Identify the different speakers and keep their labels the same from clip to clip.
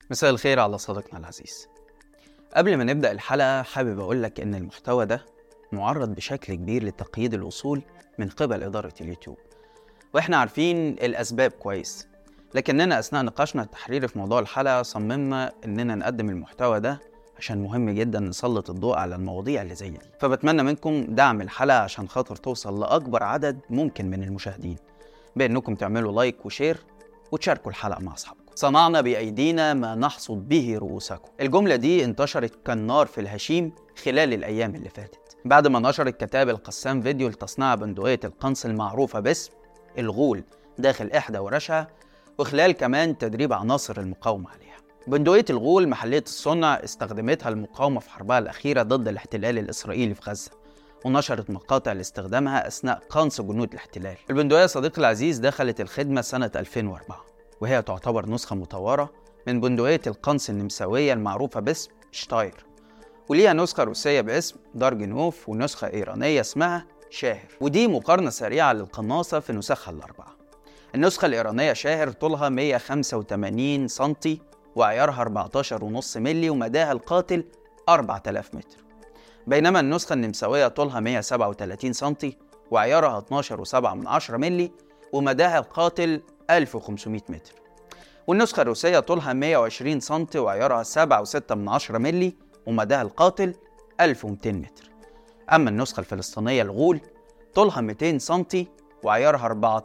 Speaker 1: مساء الخير على صديقنا العزيز. قبل ما نبدأ الحلقة حابب أقولك إن المحتوى ده معرض بشكل كبير لتقييد الوصول من قبل إدارة اليوتيوب، وإحنا عارفين الأسباب كويس، لكننا أثناء نقاشنا التحريري في موضوع الحلقة صممنا إننا نقدم المحتوى ده عشان مهم جدا نسلط الضوء على المواضيع اللي زي دي. فبتمنى منكم دعم الحلقة عشان خاطر توصل لأكبر عدد ممكن من المشاهدين، بأنكم تعملوا لايك وشير وتشاركوا الحلقة مع أصحابكم. صنعنا بأيدينا ما نحصد به رؤوسكم. الجملة دي انتشرت كالنار في الهشيم خلال الأيام اللي فاتت، بعد ما نشرت كتاب القسام فيديو لتصنيع بندقية القنص المعروفة باسم الغول داخل إحدى ورشها، وخلال كمان تدريب عناصر المقاومة عليها. بندقية الغول محلية الصنع استخدمتها المقاومة في حربها الأخيرة ضد الاحتلال الإسرائيلي في غزة، ونشرت مقاطع لاستخدامها أثناء قنص جنود الاحتلال. البندقية صديقي العزيز دخلت الخدمة سنة 2004، وهي تعتبر نسخة مطورة من بندقية القنص النمساوية المعروفة باسم شتاير، وليها نسخة روسية باسم دارجنوف ونسخة إيرانية اسمها شاهر. ودي مقارنة سريعة للقناصة في نسخها الأربعة. النسخة الإيرانية شاهر طولها 185 سنتي وعيارها 14.5 ملي ومداها القاتل 4000 متر، بينما النسخة النمساوية طولها 137 سنتي وعيارها 12.7 ملي ومداها القاتل 1500 متر، والنسخة الروسية طولها 120 سنتي وعيارها 7.6 ملي ومداها القاتل 1200 متر. أما النسخة الفلسطينية الغول طولها 200 سنتي وعيارها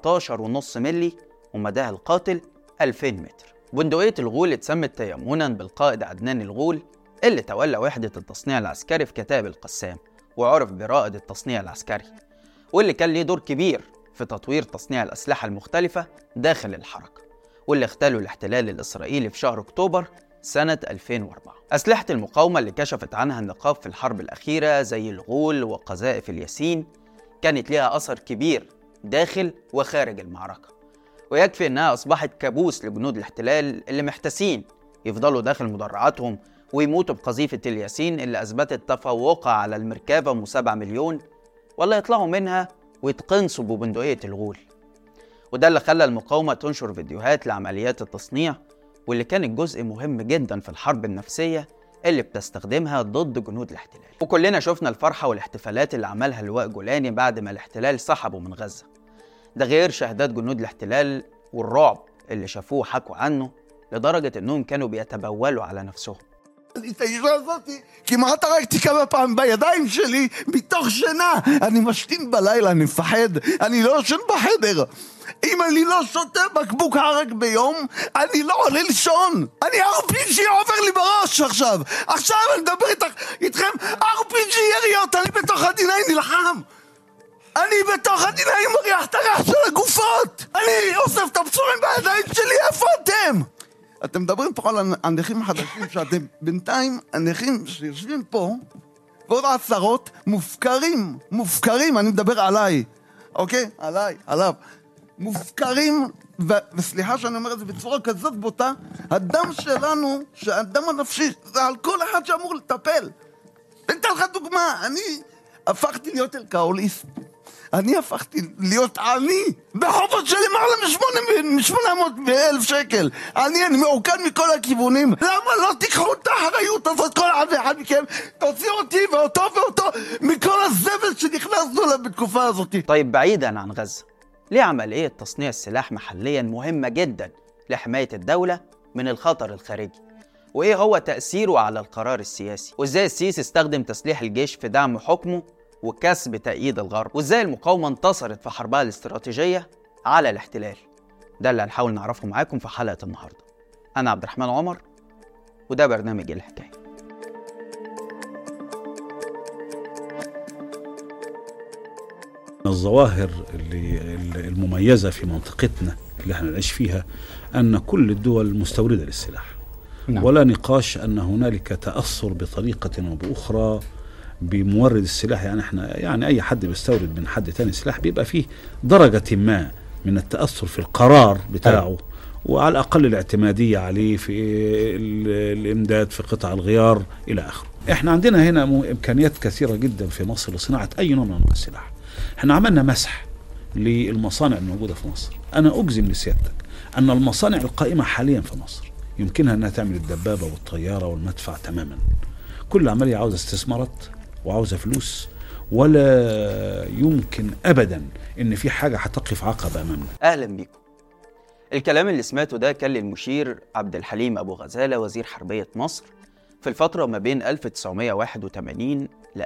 Speaker 1: 14.5 ملي ومداها القاتل 2000 متر. بندقية الغول اتسمت تيمنا بالقائد عدنان الغول اللي تولى وحدة التصنيع العسكري في كتاب القسام، وعرف برائد التصنيع العسكري، واللي كان ليه دور كبير في تطوير تصنيع الأسلحة المختلفة داخل الحركة، واللي اغتالوا الاحتلال الإسرائيلي في شهر أكتوبر سنة 2004. أسلحة المقاومة اللي كشفت عنها النقاب في الحرب الأخيرة زي الغول وقذائف الياسين كانت لها أثر كبير داخل وخارج المعركة، ويكفي أنها أصبحت كابوس لجنود الاحتلال اللي محتسين يفضلوا داخل مدرعاتهم ويموتوا بقذيفة الياسين اللي أثبتت تفوقها على المركبة 7 مليون، ولا يطلعوا منها ويتقنصوا ببندقية الغول. وده اللي خلى المقاومة تنشر فيديوهات لعمليات التصنيع، واللي كانت جزء مهم جدا في الحرب النفسية اللي بتستخدمها ضد جنود الاحتلال. وكلنا شفنا الفرحة والاحتفالات اللي عملها لواء جولاني بعد ما الاحتلال سحبه من غزة، ده غير شهادات جنود الاحتلال والرعب اللي شافوه وحكوا عنه لدرجة انهم كانوا בيتבולوا على נפשו.
Speaker 2: את האישה הזאת כמעט הרגתי כמה פעמים בידיים שלי מתוך שינה. אני משתין בלילה, אני מפחד, אני לא ישן בחדר. אם אני לא שותה בקבוק הרג ביום, אני לא עולה לישון. אני RPG עובר לי בראש עכשיו. עכשיו אני מדבר איתכם RPG יריות, אני בתוך הדיני נלחם. אני בתוך הדיני מריח את הריח של הגופות. אני אוסף את הפצועים בידיים שלי, איפה אתם? אתם מדברים פה על הנכים החדשים שאתם בינתיים, הנכים שיושבים פה, ועוד עשרות מופקרים, אני מדבר עליי, אוקיי? עליו. מופקרים, וסליחה שאני אומר את זה בצורה כזאת בוטה, הדם שלנו, שהדם הנפשי, זה על כל אחד שאמור לטפל. אני אתן לך דוגמה, אני הפכתי להיות אלכוהוליסט. אני הפכתי להיות עני בחובות שלי מעלה מ-800,000 שקל. אני מעוקד מכל הכיוונים. למה לא תיקחו את האחריות הזאת כל אחד ואחד מכם? תוציאו אותי ואותו מכל הזבל שנכנסנו לה בתקופה הזאת.
Speaker 1: طيب بعيدا عن غزة، ليه عملية تصنيع السلاح محليا مهمة جدا لحماية الدولة من الخطر الخارجي؟ وإيه هو تأثيره على القرار السياسي؟ وإزاي السيسي استخدم تسليح الجيش في دعم حكمه وكسب تأييد الغرب؟ وإزاي المقاومة انتصرت في حربها الاستراتيجية على الاحتلال؟ ده اللي هنحاول نعرفه معاكم في حلقة النهاردة. أنا عبد الرحمن عمر، وده برنامج الحكاية.
Speaker 3: الظواهر المميزة في منطقتنا اللي احنا نعيش فيها أن كل الدول مستوردة للسلاح. نعم. ولا نقاش أن هنالك تأثر بطريقة وبأخرى بمورد السلاح. يعني احنا اي حد بيستورد من حد تاني سلاح بيبقى فيه درجة ما من التأثر في القرار بتاعه، وعلى الأقل الاعتمادية عليه في الإمداد في قطع الغيار إلى آخره. احنا عندنا هنا إمكانيات كثيرة جدا في مصر لصناعة أي نوع من أنواع السلاح. احنا عملنا مسح للمصانع الموجودة في مصر. أنا أجزم لسيادتك أن المصانع القائمة حاليا في مصر يمكنها أنها تعمل الدبابة والطيارة والمدفع تماما. كل عملية عاوزة استثمارات وعاوزة فلوس، ولا يمكن أبدا أن في حاجة هتقف عقبة أمامنا.
Speaker 1: أهلا بيكم. الكلام اللي سمعته ده كان للمشير عبد الحليم أبو غزالة وزير حربية مصر في الفترة ما بين 1981 ل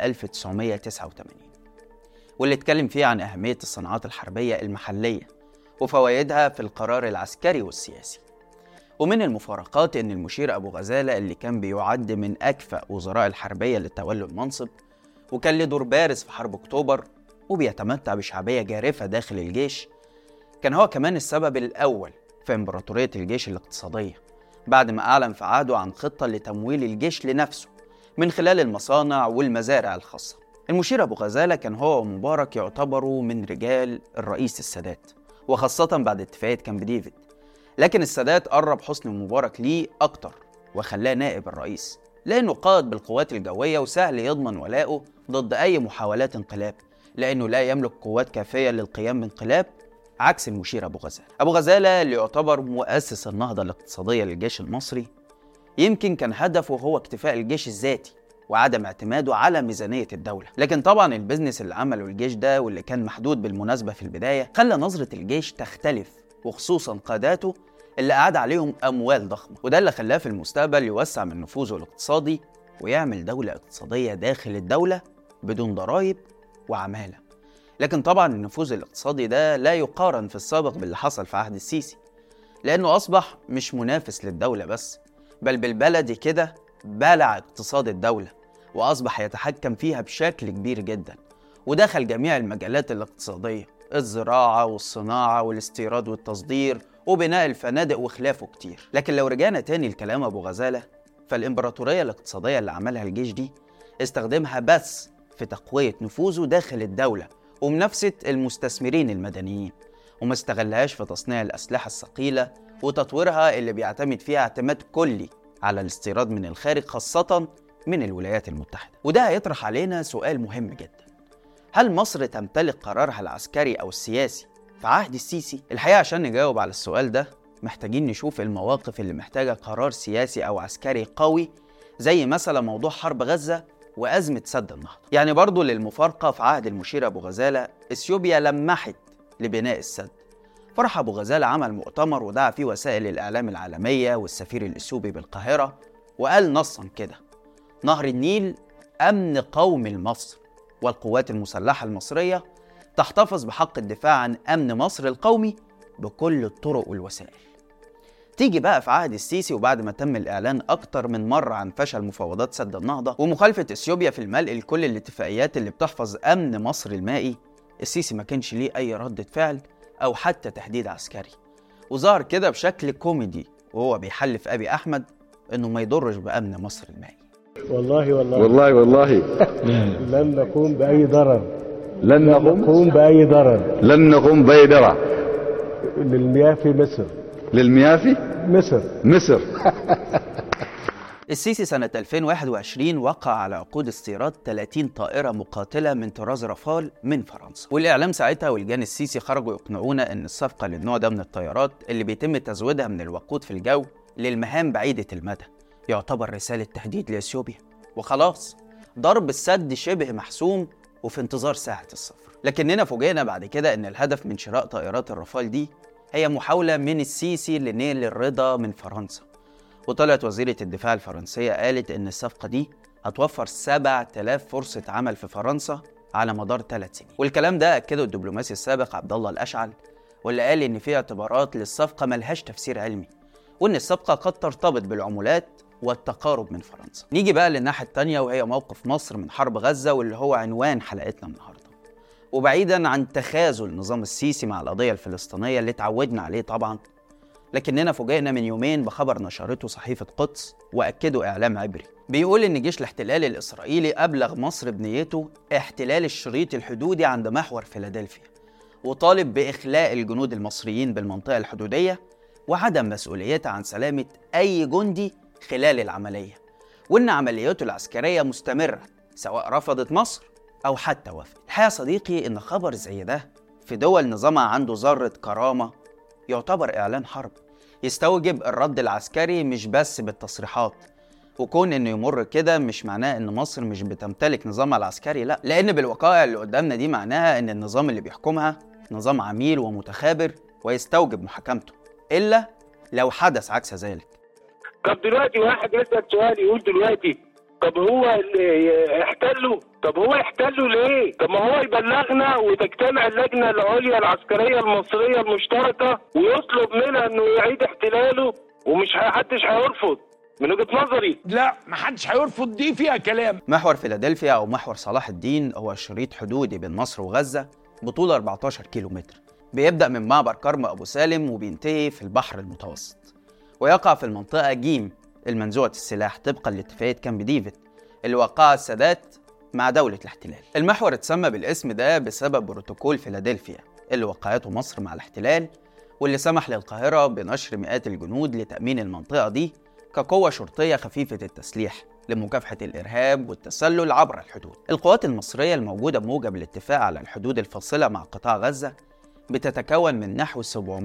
Speaker 1: 1989، واللي اتكلم فيه عن أهمية الصناعات الحربية المحلية وفوائدها في القرار العسكري والسياسي. ومن المفارقات إن المشير أبو غزالة اللي كان بيعد من أكفأ وزراء الحربية لتولي المنصب، وكان له دور بارز في حرب أكتوبر وبيتمتع بشعبية جارفة داخل الجيش، كان هو كمان السبب الأول في إمبراطورية الجيش الاقتصادية، بعد ما أعلن في عهده عن خطة لتمويل الجيش لنفسه من خلال المصانع والمزارع الخاصة. المشير أبو غزالة كان هو ومبارك يعتبروا من رجال الرئيس السادات، وخاصة بعد اتفاقية كامب ديفيد، لكن السادات قرب حسني مبارك ليه أكتر وخلاه نائب الرئيس، لأنه قائد بالقوات الجوية وسهل يضمن ولاؤه ضد أي محاولات انقلاب، لأنه لا يملك قوات كافية للقيام بانقلاب، عكس المشير أبو غزالة. أبو غزالة اللي يعتبر مؤسس النهضة الاقتصادية للجيش المصري، يمكن كان هدفه هو اكتفاء الجيش الذاتي وعدم اعتماده على ميزانية الدولة. لكن طبعا البزنس اللي عمله الجيش ده، واللي كان محدود بالمناسبة في البداية، خلى نظرة الجيش تختلف، وخصوصا قاداته اللي قعد عليهم أموال ضخمة، وده اللي خلاه في المستقبل يوسع من نفوذه الاقتصادي ويعمل دولة اقتصادية داخل الدولة بدون ضرائب وعمالة. لكن طبعا النفوذ الاقتصادي ده لا يقارن في السابق باللي حصل في عهد السيسي، لأنه أصبح مش منافس للدولة بس، بل بالبلدي كده بلع اقتصاد الدولة وأصبح يتحكم فيها بشكل كبير جدا، ودخل جميع المجالات الاقتصادية، الزراعة والصناعة والاستيراد والتصدير وبناء الفنادق وخلافه كتير. لكن لو رجعنا تاني لكلام أبو غزالة، فالإمبراطورية الاقتصادية اللي عملها الجيش دي استخدمها بس في تقوية نفوذه داخل الدولة ومنافسة المستثمرين المدنيين، وما استغلهاش في تصنيع الأسلحة الثقيلة وتطويرها اللي بيعتمد فيها اعتماد كلي على الاستيراد من الخارج، خاصة من الولايات المتحدة. وده هيطرح علينا سؤال مهم جدا: هل مصر تمتلك قرارها العسكري أو السياسي في عهد السيسي؟ الحقيقة عشان نجاوب على السؤال ده محتاجين نشوف المواقف اللي محتاجة قرار سياسي أو عسكري قوي، زي مثلا موضوع حرب غزة وأزمة سد النهضة. يعني برضو للمفارقة، في عهد المشير أبو غزالة إثيوبيا لمحت لبناء السد، فرح أبو غزالة عمل مؤتمر ودعا فيه وسائل الإعلام العالمية والسفير الإثيوبي بالقاهرة، وقال نصا كده: نهر النيل أمن قومي لمصر، والقوات المسلحة المصرية تحتفظ بحق الدفاع عن أمن مصر القومي بكل الطرق والوسائل. تيجي بقى في عهد السيسي، وبعد ما تم الإعلان أكتر من مرة عن فشل مفاوضات سد النهضة ومخالفة إثيوبيا في الملء لكل الاتفاقيات اللي بتحفظ أمن مصر المائي، السيسي ما كانش ليه أي ردة فعل أو حتى تهديد عسكري، وظهر كده بشكل كوميدي وهو بيحلف أبي أحمد إنه ما يضرش بأمن مصر المائي.
Speaker 4: والله
Speaker 5: لن نقوم بأي ضرر،
Speaker 4: لن نقوم بأي ضرر
Speaker 5: للمياه في مصر،
Speaker 4: للمياه في مصر.
Speaker 1: السيسي سنة 2021 وقع على عقود استيراد 30 طائرة مقاتلة من طراز رافال من فرنسا، والإعلام ساعتها والجان السيسي خرجوا يقنعونا إن الصفقة للنوع ده من الطيارات اللي بيتم تزويدها من الوقود في الجو للمهام بعيدة المدى يعتبر رسالة تهديد لإثيوبيا، وخلاص ضرب السد شبه محسوم وفي انتظار ساعة الصفر. لكننا فوجئنا بعد كده إن الهدف من شراء طائرات الرافال دي هي محاولة من السيسي لنيل الرضا من فرنسا، وطلعت وزيرة الدفاع الفرنسية قالت إن الصفقة دي هتوفر 7000 فرصة عمل في فرنسا على مدار 3 سنين. والكلام ده أكده الدبلوماسي السابق عبد الله الأشعل، واللي قال إن في اعتبارات للصفقة ملهاش تفسير علمي، وإن الصفقة قد ترتبط بالعمولات والتقارب من فرنسا. نيجي بقى للناحية التانية، وهي موقف مصر من حرب غزة، واللي هو عنوان حلقتنا النهاردة. وبعيدا عن تخاذل نظام السيسي مع القضية الفلسطينية اللي اتعودنا عليه طبعا، لكننا فوجئنا من يومين بخبر نشرته صحيفة قدس وأكده إعلام عبري، بيقول إن جيش الاحتلال الإسرائيلي أبلغ مصر بنيته احتلال الشريط الحدودي عند محور فيلادلفيا، وطالب بإخلاء الجنود المصريين بالمنطقة الحدودية وعدم مسؤوليتها عن سلامة أي جندي خلال العملية، وإن عملياته العسكرية مستمرة سواء رفضت مصر أو حتى وافقت. الحقيقة صديقي إن خبر زي ده في دول نظامها عنده ذرة كرامة يعتبر إعلان حرب، يستوجب الرد العسكري مش بس بالتصريحات. وكون انه يمر كده مش معناه ان مصر مش بتمتلك نظامها العسكري، لا، لان بالوقائع اللي قدامنا دي معناها ان النظام اللي بيحكمها نظام عميل ومتخابر ويستوجب محاكمته، الا لو حدث عكس ذلك.
Speaker 6: طب دلوقتي واحد يسأل سؤال يقول دلوقتي طب هو اللي احتلوا، طب هو احتلوا ليه؟ طب ما هو يبلغنا وتجتمع اللجنة العليا العسكرية المصرية المشتركة ويطلب منها انه يعيد احتلاله، ومش محدش هيرفض من وجهة نظري.
Speaker 7: لا، محدش هيرفض، دي فيها كلام.
Speaker 1: محور فيلادلفيا او محور صلاح الدين هو شريط حدودي بين مصر وغزة بطول 14 كيلومتر، بيبدأ من معبر كرم أبو سالم وبينتهي في البحر المتوسط، ويقع في المنطقة جيم المنزوعة السلاح طبقا لاتفاقية كامب ديفيد اللي وقعها السادات مع دولة الاحتلال. المحور اتسمى بالاسم ده بسبب بروتوكول فيلادلفيا اللي وقعته مصر مع الاحتلال، واللي سمح للقاهرة بنشر مئات الجنود لتأمين المنطقة دي كقوة شرطية خفيفة التسليح لمكافحة الإرهاب والتسلل عبر الحدود. القوات المصرية الموجودة بموجب الاتفاق على الحدود الفاصلة مع قطاع غزة بتتكون من نحو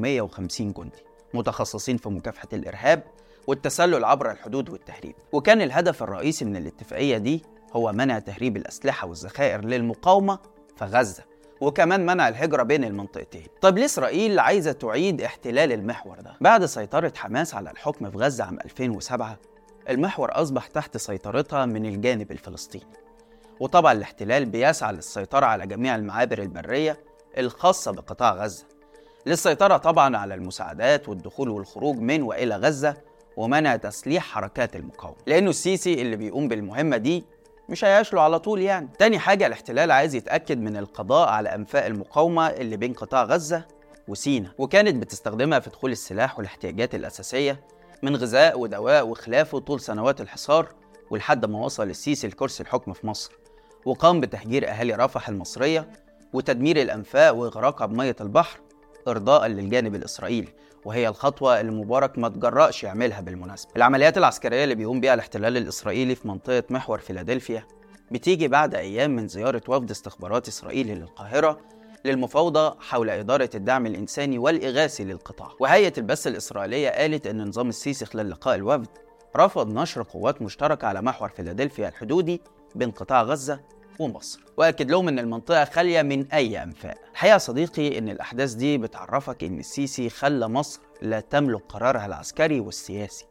Speaker 1: 750 جندي متخصصين في مكافحة الإرهاب والتسلل عبر الحدود والتهريب. وكان الهدف الرئيسي من الاتفاقية دي هو منع تهريب الأسلحة والذخائر للمقاومة في غزة، وكمان منع الهجرة بين المنطقتين. طب ليه إسرائيل عايزة تعيد احتلال المحور ده؟ بعد سيطرة حماس على الحكم في غزة عام 2007 المحور أصبح تحت سيطرتها من الجانب الفلسطيني، وطبعا الاحتلال بيسعى للسيطرة على جميع المعابر البرية الخاصة بقطاع غزة، للسيطرة طبعا على المساعدات والدخول والخروج من وإلى غزة، ومنع تسليح حركات المقاومة، لأنه السيسي اللي بيقوم بالمهمة دي مش هيعيش له على طول يعني. تاني حاجة، الاحتلال عايز يتأكد من القضاء على أنفاق المقاومة اللي بين قطاع غزة وسيناء، وكانت بتستخدمها في دخول السلاح والاحتياجات الأساسية من غذاء ودواء وخلافه طول سنوات الحصار، ولحد ما وصل السيسي لكرسي الحكم في مصر، وقام بتهجير أهالي رفح المصرية وتدمير الأنفاق وإغراقها بمية البحر إرضاء للجانب الإسرائيلي، وهي الخطوة اللي مبارك ما تجرأش يعملها بالمناسبة. العمليات العسكرية اللي بيقوم بيها الاحتلال الإسرائيلي في منطقة محور فيلادلفيا بتيجي بعد أيام من زيارة وفد استخبارات إسرائيلي للقاهرة للمفاوضة حول إدارة الدعم الإنساني والإغاثي للقطاع. وهيئة البث الإسرائيلية قالت إن نظام السيسي خلال لقاء الوفد رفض نشر قوات مشتركة على محور فيلادلفيا الحدودي بين قطاع غزة ومصر، وأكد لهم إن المنطقة خالية من أي أنفاق. الحقيقة صديقي إن الأحداث دي بتعرفك إن السيسي خلى مصر لا تملك قرارها العسكري والسياسي،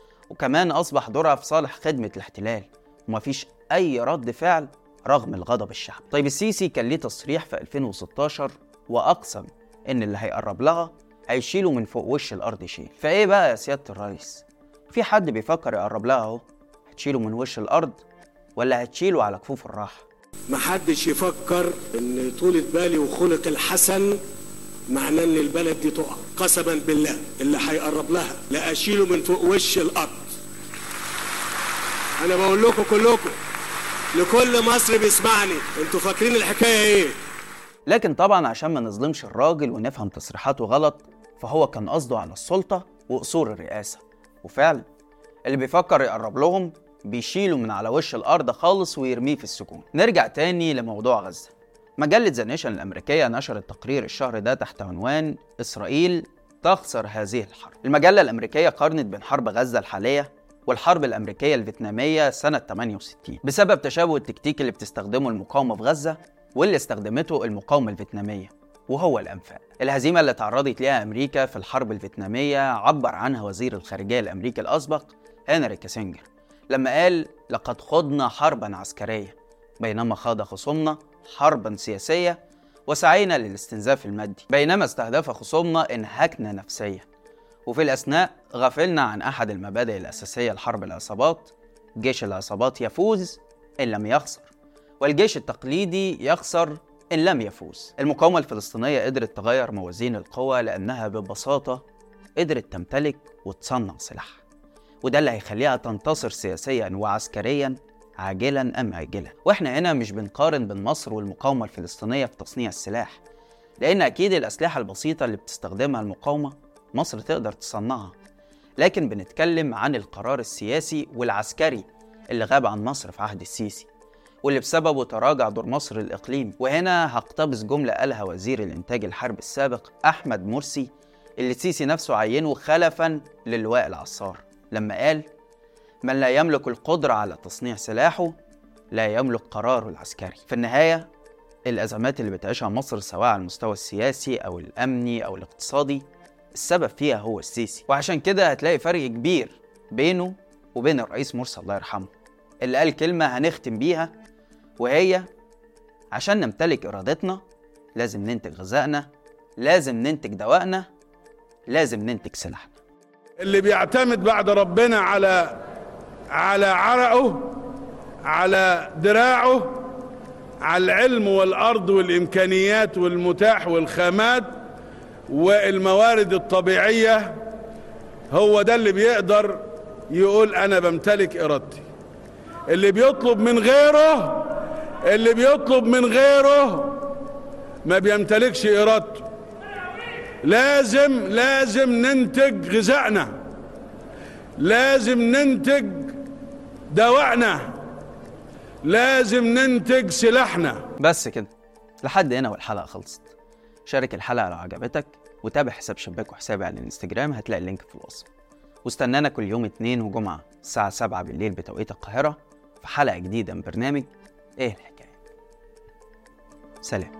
Speaker 1: وكمان أصبح دورها في صالح خدمة الاحتلال، ومفيش أي رد فعل رغم الغضب الشعبي. طيب السيسي كان ليه تصريح في 2016 وأقسم إن اللي هيقرب لها هيشيله من فوق وش الأرض شيل. فإيه بقى يا سيادة الرئيس؟ في حد بيفكر يقرب لها أهو، هتشيله من وش الأرض ولا هتشيله على كفوف الراحة؟
Speaker 8: محدش يفكر ان طولة بالي وخلق الحسن معناه ان البلد دي تقع. قسما بالله اللي هيقرب لها لا اشيله من فوق وش الارض. انا بقول لكم كلكم، لكل مصر بيسمعني، انتوا فاكرين الحكايه ايه؟
Speaker 1: لكن طبعا عشان ما نظلمش الراجل ونفهم تصريحاته غلط، فهو كان قصده على السلطة وقصور الرئاسة، وفعلا اللي بيفكر يقرب لهم بيشيله من على وش الأرض خالص ويرميه في السجون. نرجع تاني لموضوع غزة. مجلة ذا نيشن الأمريكية نشرت تقرير الشهر ده تحت عنوان إسرائيل تخسر هذه الحرب. المجلة الأمريكية قارنت بين حرب غزة الحالية والحرب الأمريكية الفيتنامية سنة 68 بسبب تشابه التكتيك اللي بتستخدمه المقاومة في غزة واللي استخدمته المقاومة الفيتنامية، وهو الأنفاق. الهزيمة اللي تعرضت لها أمريكا في الحرب الفيتنامية عبر عنها وزير الخارجية الأمريكي الأسبق هنري كيسنجر لما قال: لقد خضنا حربا عسكرية بينما خاض خصومنا حربا سياسية وسعينا للاستنزاف المادي. بينما استهدف خصومنا انهكنا نفسيا، وفي الأثناء غفلنا عن أحد المبادئ الأساسية لحرب العصابات: جيش العصابات يفوز إن لم يخسر، والجيش التقليدي يخسر إن لم يفوز. المقاومة الفلسطينية قدرت تغير موازين القوى لأنها ببساطة قدرت تمتلك وتصنع سلاح، وده اللي هيخليها تنتصر سياسيا وعسكريا عاجلا أم آجلا. وإحنا هنا مش بنقارن بين مصر والمقاومة الفلسطينية في تصنيع السلاح، لأن أكيد الأسلحة البسيطة اللي بتستخدمها المقاومة مصر تقدر تصنعها، لكن بنتكلم عن القرار السياسي والعسكري اللي غاب عن مصر في عهد السيسي، واللي بسببه تراجع دور مصر الإقليمي. وهنا هقتبس جملة قالها وزير الإنتاج الحربي السابق أحمد مرسي اللي السيسي نفسه عينه خلفا للواء العصار لما قال: من لا يملك القدرة على تصنيع سلاحه لا يملك قراره العسكري. في النهاية الأزمات اللي بتعيشها مصر سواء على المستوى السياسي أو الأمني أو الاقتصادي السبب فيها هو السيسي، وعشان كده هتلاقي فرق كبير بينه وبين الرئيس مرسي الله يرحمه اللي قال كلمة هنختم بيها، وهي: عشان نمتلك إرادتنا لازم ننتج غذائنا، لازم ننتج دوائنا، لازم ننتج سلاحنا.
Speaker 9: اللي بيعتمد بعد ربنا على عرقه، على دراعه، على العلم والأرض والإمكانيات والمتاح والخامات والموارد الطبيعية، هو ده اللي بيقدر يقول أنا بمتلك إرادتي. اللي بيطلب من غيره ما بيمتلكش إرادته. لازم ننتج غذائنا، لازم ننتج دوائنا، لازم ننتج سلاحنا.
Speaker 1: بس كده، لحد هنا والحلقة خلصت. شارك الحلقة لو عجبتك، وتابع حساب شباك وحسابي على الانستجرام، هتلاقي اللينك في الوصف. واستنانا كل يوم اثنين وجمعة الساعة 7 بالليل بتوقيت القاهرة في حلقة جديدة من برنامج ايه الحكاية. سلام.